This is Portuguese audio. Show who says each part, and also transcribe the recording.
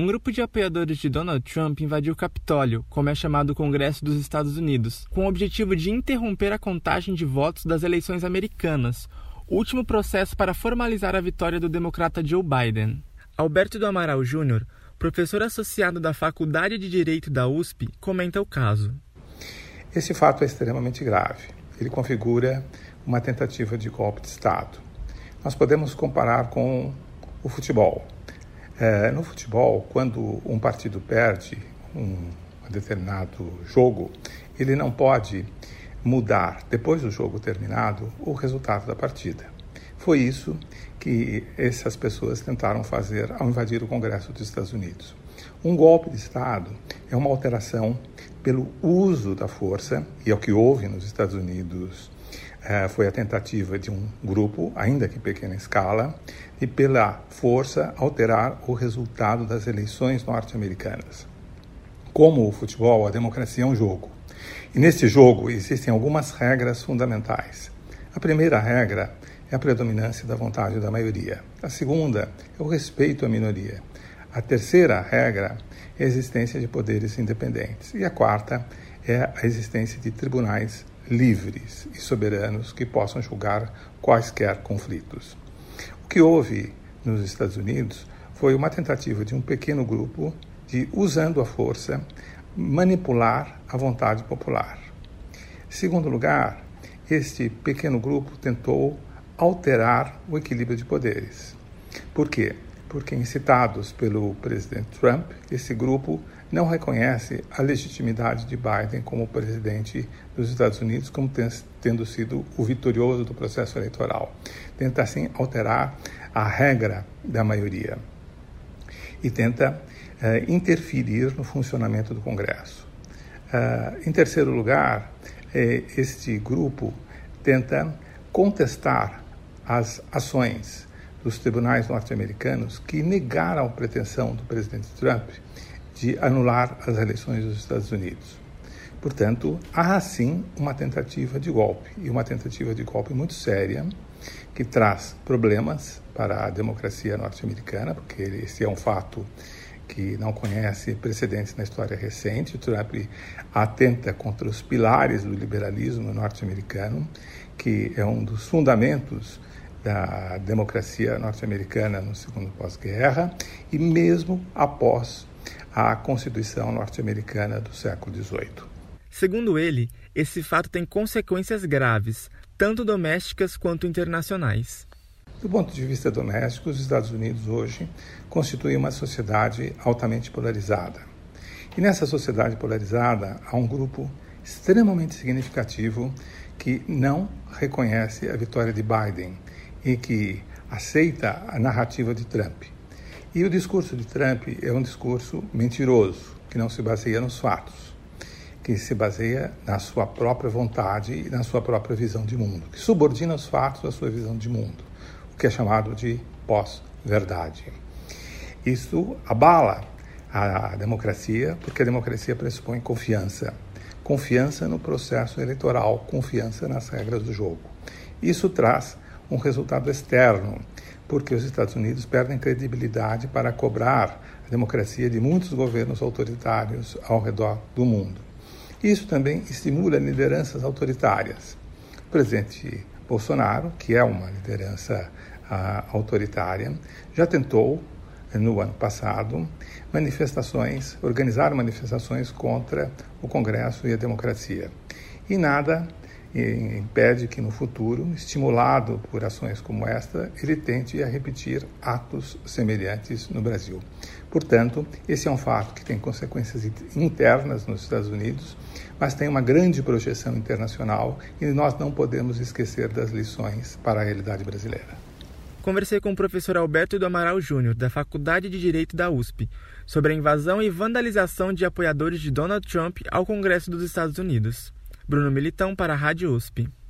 Speaker 1: Um grupo de apoiadores de Donald Trump invadiu o Capitólio, como é chamado o Congresso dos Estados Unidos, com o objetivo de interromper a contagem de votos das eleições americanas, o último processo para formalizar a vitória do democrata Joe Biden. Alberto do Amaral Júnior, professor associado da Faculdade de Direito da USP, comenta o caso.
Speaker 2: Esse fato é extremamente grave. Ele configura uma tentativa de golpe de Estado. Nós podemos comparar com o futebol. No futebol, quando um partido perde um determinado jogo, ele não pode mudar, depois do jogo terminado, o resultado da partida. Foi isso que essas pessoas tentaram fazer ao invadir o Congresso dos Estados Unidos. Um golpe de Estado é uma alteração pelo uso da força, e é o que houve nos Estados Unidos. Foi a tentativa de um grupo, ainda que em pequena escala, de pela força alterar o resultado das eleições norte-americanas. Como o futebol, a democracia é um jogo. E nesse jogo existem algumas regras fundamentais. A primeira regra é a predominância da vontade da maioria. A segunda é o respeito à minoria. A terceira regra é a existência de poderes independentes. E a quarta é a existência de tribunais livres e soberanos que possam julgar quaisquer conflitos. O que houve nos Estados Unidos foi uma tentativa de um pequeno grupo de, usando a força, manipular a vontade popular. Em segundo lugar, este pequeno grupo tentou alterar o equilíbrio de poderes. Por quê? Porque, incitados pelo presidente Trump, esse grupo não reconhece a legitimidade de Biden como presidente dos Estados Unidos, como tendo sido o vitorioso do processo eleitoral. Tenta, assim, alterar a regra da maioria e tenta interferir no funcionamento do Congresso. Em terceiro lugar, este grupo tenta contestar as ações dos tribunais norte-americanos que negaram a pretensão do presidente Trump de anular as eleições dos Estados Unidos. Portanto, há sim uma tentativa de golpe, e uma tentativa de golpe muito séria, que traz problemas para a democracia norte-americana, porque esse é um fato que não conhece precedentes na história recente. O Trump atenta contra os pilares do liberalismo norte-americano, que é um dos fundamentos da democracia norte-americana no segundo pós-guerra e mesmo após a Constituição norte-americana do século XVIII.
Speaker 1: Segundo ele, esse fato tem consequências graves, tanto domésticas quanto internacionais.
Speaker 2: Do ponto de vista doméstico, os Estados Unidos hoje constituem uma sociedade altamente polarizada. E nessa sociedade polarizada há um grupo extremamente significativo que não reconhece a vitória de Biden e que aceita a narrativa de Trump. E o discurso de Trump é um discurso mentiroso, que não se baseia nos fatos, que se baseia na sua própria vontade e na sua própria visão de mundo, que subordina os fatos à sua visão de mundo, o que é chamado de pós-verdade. Isso abala a democracia, porque a democracia pressupõe confiança. Confiança no processo eleitoral, confiança nas regras do jogo. Isso traz um resultado externo, porque os Estados Unidos perdem credibilidade para cobrar a democracia de muitos governos autoritários ao redor do mundo. Isso também estimula lideranças autoritárias. O presidente Bolsonaro, que é uma liderança autoritária, já tentou, no ano passado, organizar manifestações contra o Congresso e a democracia. E nada impede que no futuro, estimulado por ações como esta, ele tente a repetir atos semelhantes no Brasil. Portanto, esse é um fato que tem consequências internas nos Estados Unidos, mas tem uma grande projeção internacional e nós não podemos esquecer das lições para a realidade brasileira.
Speaker 1: Conversei com o professor Alberto do Amaral Júnior, da Faculdade de Direito da USP, sobre a invasão e vandalização de apoiadores de Donald Trump ao Congresso dos Estados Unidos. Bruno Militão para a Rádio USP.